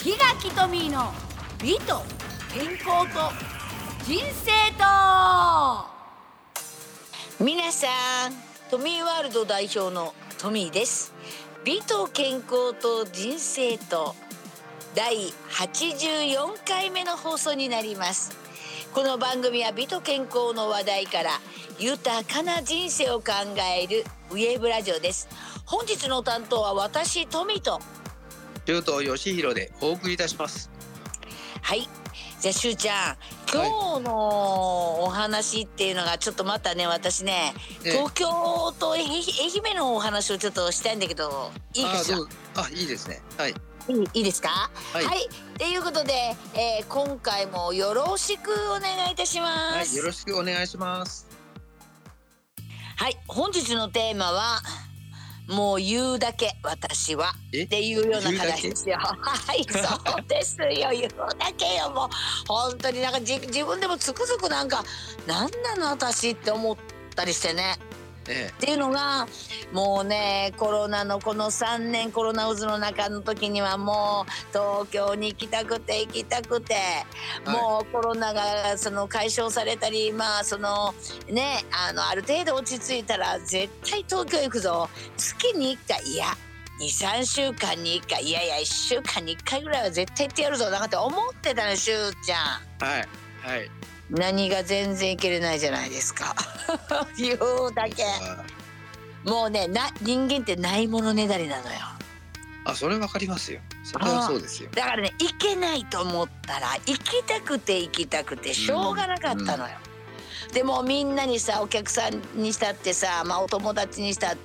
檜垣トミーの美と健康と人生と。皆さん、トミーワールド代表のトミーです。美と健康と人生と第84回目の放送になります。この番組は美と健康の話題から豊かな人生を考えるウェブラジオです。本日の担当は私トミと周東義弘でお送りいたします。 はい、じゃあしゅうちゃん、今日のお話っていうのがちょっとまたね、私ね、東京と愛媛のお話をちょっとしたいんだけど、いいかしら。 いいですね。はい。 いいですか。 はい。 ということで、今回もよろしくお願いいたします。 はい、よろしくお願いします。 はい、本日のテーマはもう言うだけ私はっていうような課題ですよ。はい、そうですよ。言うだけよ。もう本当になんか自分でもつくづくなんか何なの私って思ったりしてね。っていうのがもうね、コロナのこの3年コロナ渦の中の時にはもう東京に行きたくて、もうコロナがその解消されたり、そのね、ある程度落ち着いたら絶対東京行くぞ。月に1回、いや2、3週間に1回、いや1週間に1回ぐらいは絶対行ってやるぞなんかって思ってたの、しゅうちゃん。 はいはい。 何が全然いけれないじゃないですか。言うだけ。もうね、人間ってないものねだりなのよ。 それわかりますよ。それはそうですよ。 だからね、行けないと思ったら行きたくてしょうがなかったのよ。でもみんなにさ、お客さんにしたってさ、お友達にしたって、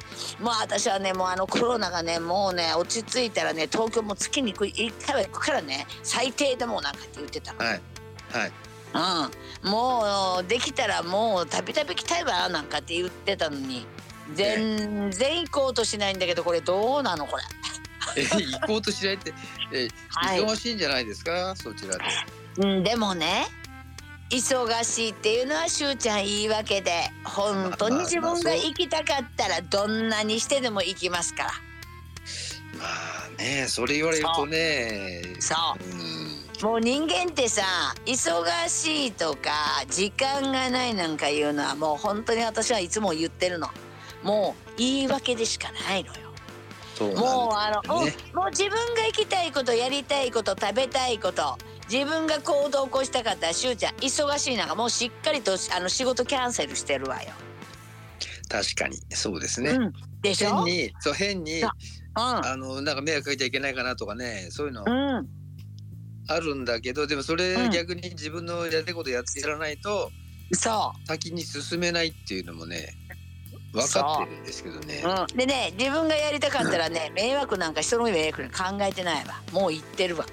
もう私はね、もうコロナがね、もうね落ち着いたらね、東京も月に1回は行くからね、最低でもなんかって言ってたの。 はいはい。 もうできたらもうたびたび来たいわなんかって言ってたのに、全然行こうとしないんだけど、これどうなのこれ。 行こうとしないって、忙しいんじゃないですか、そちらで。 でもね、忙しいっていうのはしゅうちゃん言い訳で、本当に自分が行きたかったらどんなにしてでも行きますから。 それ言われるとね。 もう人間ってさ、忙しいとか時間がないなんか言うのはもう本当に私はいつも言ってるの。もう言い訳でしかないのよ。もう自分が行きたいこと、やりたいこと、食べたいこと、自分が行動を起こしたかったら、しゅうちゃん忙しいなんかもうしっかりと仕事キャンセルしてるわよ。 確かにそうですね。 でしょ。 変になんか迷惑かけちゃいけないかなとかね、そういうのあるんだけど、でもそれ逆に自分のやりたいことやらないと先に進めないっていうのもね、分かってるんですけどね。 でね、自分がやりたかったらね、迷惑なんか人の迷惑なんか考えてないわ。もう言ってるわ。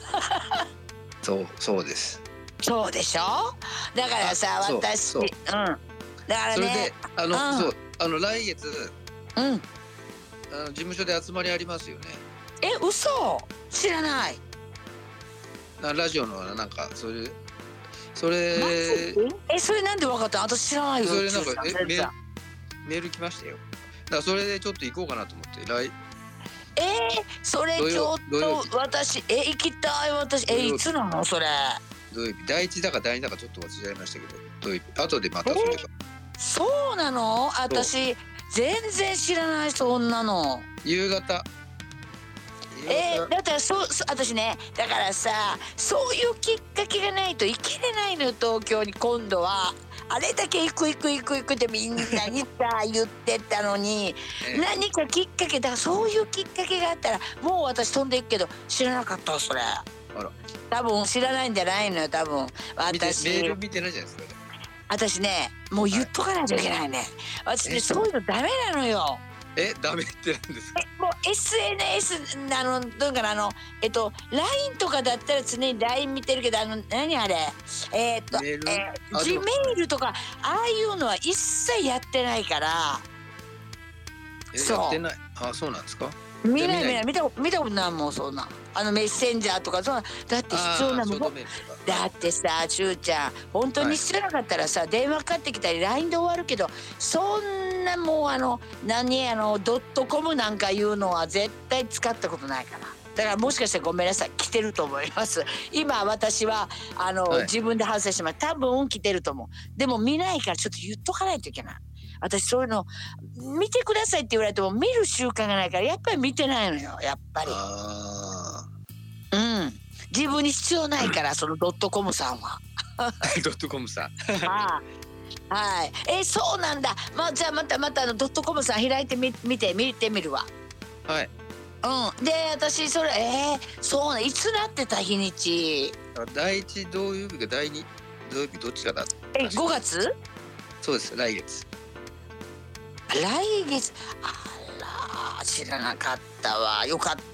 そうです。 そうでしょ。だからさ、私だからね、 それで来月事務所で集まりありますよね。 嘘、知らない。 ラジオのなんかそれそれなんで分かった？私知らないよ。 それなんかメール来ましたよ。だからそれでちょっと行こうかなと思って。 それちょっと私行きたい。私いつなのそれ。 土曜日、第1だか第2だかちょっと忘れちゃいましたけど、土曜日後でまたそれが。 そうなの？私全然知らない、そんなの。 夕方。 だったら私ね、だからさ、そういうきっかけがないと行けれないのよ、東京に。今度はあれだけ行くってみんなにさ言ってたのに、何かきっかけだから、そういうきっかけがあったらもう私飛んでいくけど、知らなかった。それ多分知らないんじゃないのよ、多分。私メール見てないじゃないですか。 私ね、もう言っとかないといけないね。私ね、そういうのダメなのよ。 ダメってなんですか？ もう SNS どうかな、LINE とかだったら常に LINE 見てるけど、何あれ、Gmail とかああいうのは一切やってないから。 やってない。そうなんですか？ 見たことないもん、そんな。メッセンジャーとかだって必要なもの。だってさ、しゅうちゃん本当に知らなかったらさ、電話かかってきたり LINE で終わるけど、そんなもうドットコムなんかいうのは絶対使ったことないから。 だからもしかしてごめんなさい、来てると思います。今私は自分で反省しました。多分来てると思う。でも見ないからちょっと言っとかないといけない。私そういうの見てくださいって言われても見る習慣がないからやっぱり見てないのよ、やっぱり。自分に必要ないからそのドットコムさんは。 ドットコムさん。 はい。そうなんだ。じゃあまたドットコムさん開いて見てみるわ。 はい。 で私それそういつなってた日にち。 第1土曜日か第2土曜日どっちかだ。 5月？ そうです、来月。 来月。あら知らなかったわ。よかった。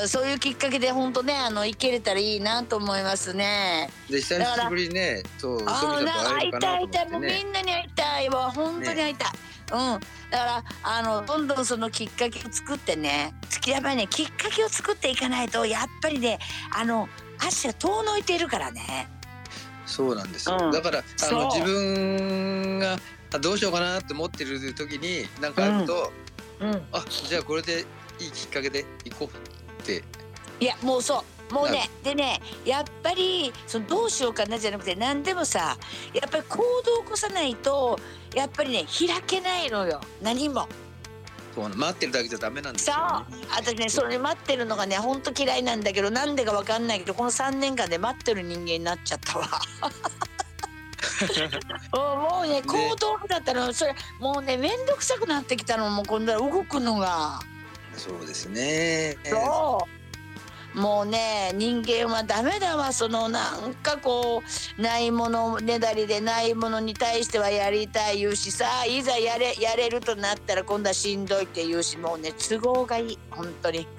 そういうきっかけで本当ね行けれたらいいなと思いますね。 で久しぶりね。そう会いたいもうみんなに会いたいわ。本当に会いたい。だからどんどんそのきっかけを作ってね、やっぱりねきっかけを作っていかないとやっぱりね足が遠のいているからね。 そうなんですよ。だから自分がどうしようかなって思ってる時になんかあると、じゃあこれでいいきっかけで行こうって。 いやもうねでねやっぱりどうしようかなじゃなくて何でもさやっぱり行動を起こさないとやっぱりね開けないのよ何も。 そう待ってるだけじゃダメなんですよね。 私ねそれ待ってるのがねほんと嫌いなんだけどなんでか分かんないけどこの3年間で待ってる人間になっちゃったわ。もうね行動だったのそれもうね面倒くさくなってきたのも今度は動くのが。 そうですね。 もうね人間はダメだわ。なんかこうないものねだりでないものに対してはやりたい言うしさ、いざやれるとなったら今度はしんどいって言うし、もうね都合がいい本当に。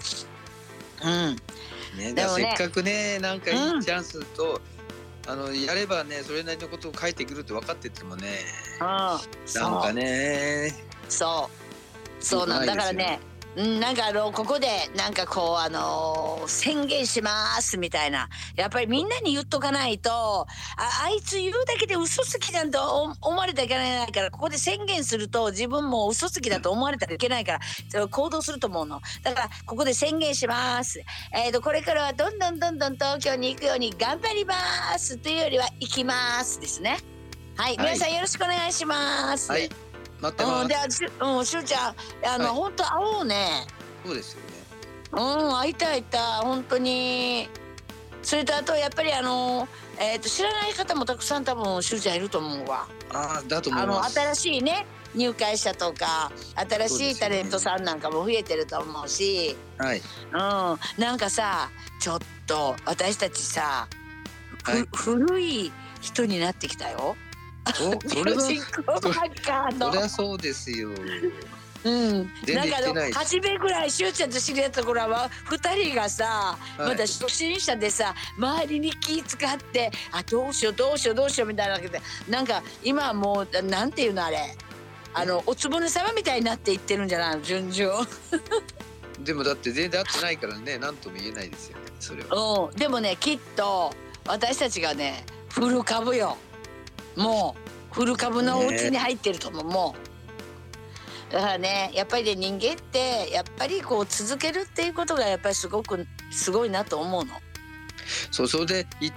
でもせっかくねなんかいいチャンスと、やればねそれなりのことを書いてくるって分かっててもね、なんかねそうなんだからね。なんかここでなんかこう宣言しますみたいなやっぱりみんなに言っとかないとあいつ言うだけで嘘つきなんと思われたらいけないからここで宣言すると自分も嘘つきだと思われたらいけないから行動すると思うの。だからここで宣言します。これからはどんどん東京に行くように頑張りますというよりは行きますですね。はい、皆さんよろしくお願いします。 はい待ってます。 しゅうちゃん本当会おうね。 そうですよね。 会いたい本当に。それとあとやっぱり知らない方もたくさん多分しゅうちゃんいると思うわ。 だと思います。 新しいね入会者とか新しいタレントさんなんかも増えてると思うし、なんかさちょっと私たちさ、古い人になってきたよ。 それはそうですよ。 なんか初めぐらいしゅうちゃんと知り合った頃は2人がさまだ初心者でさ周りに気使ってどうしようみたいなわけでなんか今はもうなんていうのあれおつぼね様みたいになっていってるんじゃないの順々。 でもだって全然会ってないからね何とも言えないですよねそれは。 でもねきっと私たちがねフル株よ。もうフル株のお家に入ってると思う。もうだからねやっぱりね人間ってやっぱりこう続けるっていうことがやっぱりすごいなと思うの。 それで行って、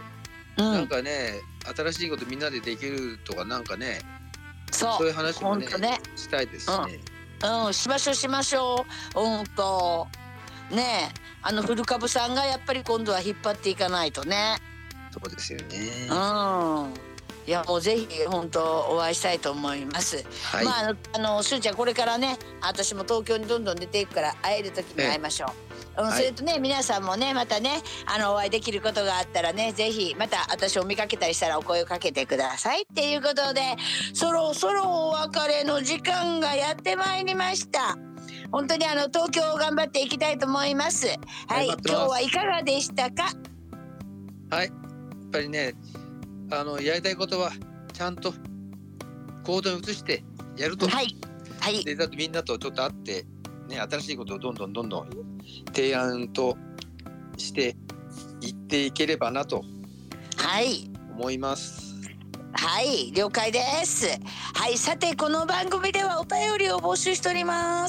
なんかね新しいことみんなでできるとかなんかねそういう話もねしたいですしね。 しましょう。ね古株さんがやっぱり今度は引っ張っていかないとね。 そうですよね。 いやもうぜひ本当お会いしたいと思います。しゅうちゃんこれからね私も東京にどんどん出ていくから会える時に会いましょう。それとね皆さんもねまたねお会いできることがあったらねぜひまた私を見かけたりしたらお声をかけてくださいっていうことでそろそろお別れの時間がやってまいりました。本当に東京を頑張っていきたいと思います。はい、今日はいかがでしたか。 はい、やっぱりねやりたいことはちゃんと行動に移してやると。でだってみんなとちょっと会ってね新しいことをどんどん提案としていっていければなと思います。 はい了解です。はいさてこの番組ではお便りを募集しております。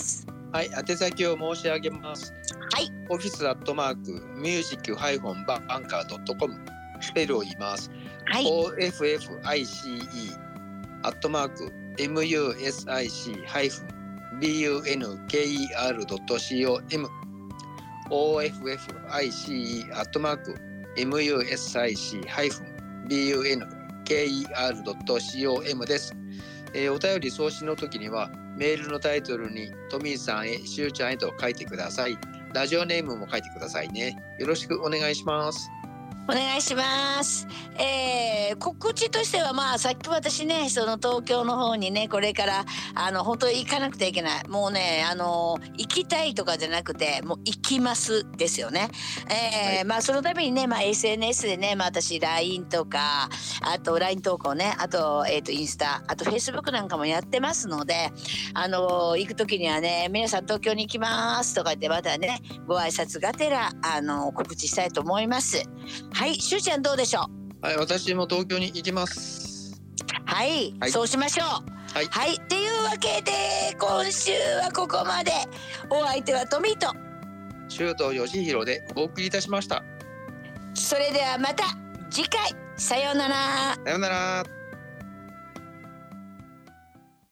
はい、宛先を申し上げます。 はい。 オフィスアットマークミュージック-banker.com、スペルを言います。 はい。 OFFICE アットマーク MUSIC-BUNKER.com、 OFFICE アットマーク MUSIC-BUNKER.com です。お便り送信の時にはメールのタイトルにトミーさんへ、しゅうちゃんへと書いてください。ラジオネームも書いてくださいね。よろしくお願いします。 お願いします。告知としてはまあさっき私ねその東京の方にねこれから本当に行かなくてはいけない。もうね行きたいとかじゃなくてもう行きますですよね。はい、まあそのためにねSNS でね私 LINE とかあと LINE 投稿ねあとインスタあと Facebook なんかもやってますので行く時にはね皆さん東京に行きますとか言ってまたねご挨拶がてら告知したいと思います。はい、しゅうちゃんどうでしょう。はい、私も東京に行きます。 はい、はい、そうしましょう。はい、はい、っていうわけで今週はここまで。お相手はトミーと周東義弘でお送りいたしました。 それではまた次回、さようなら。 さようなら。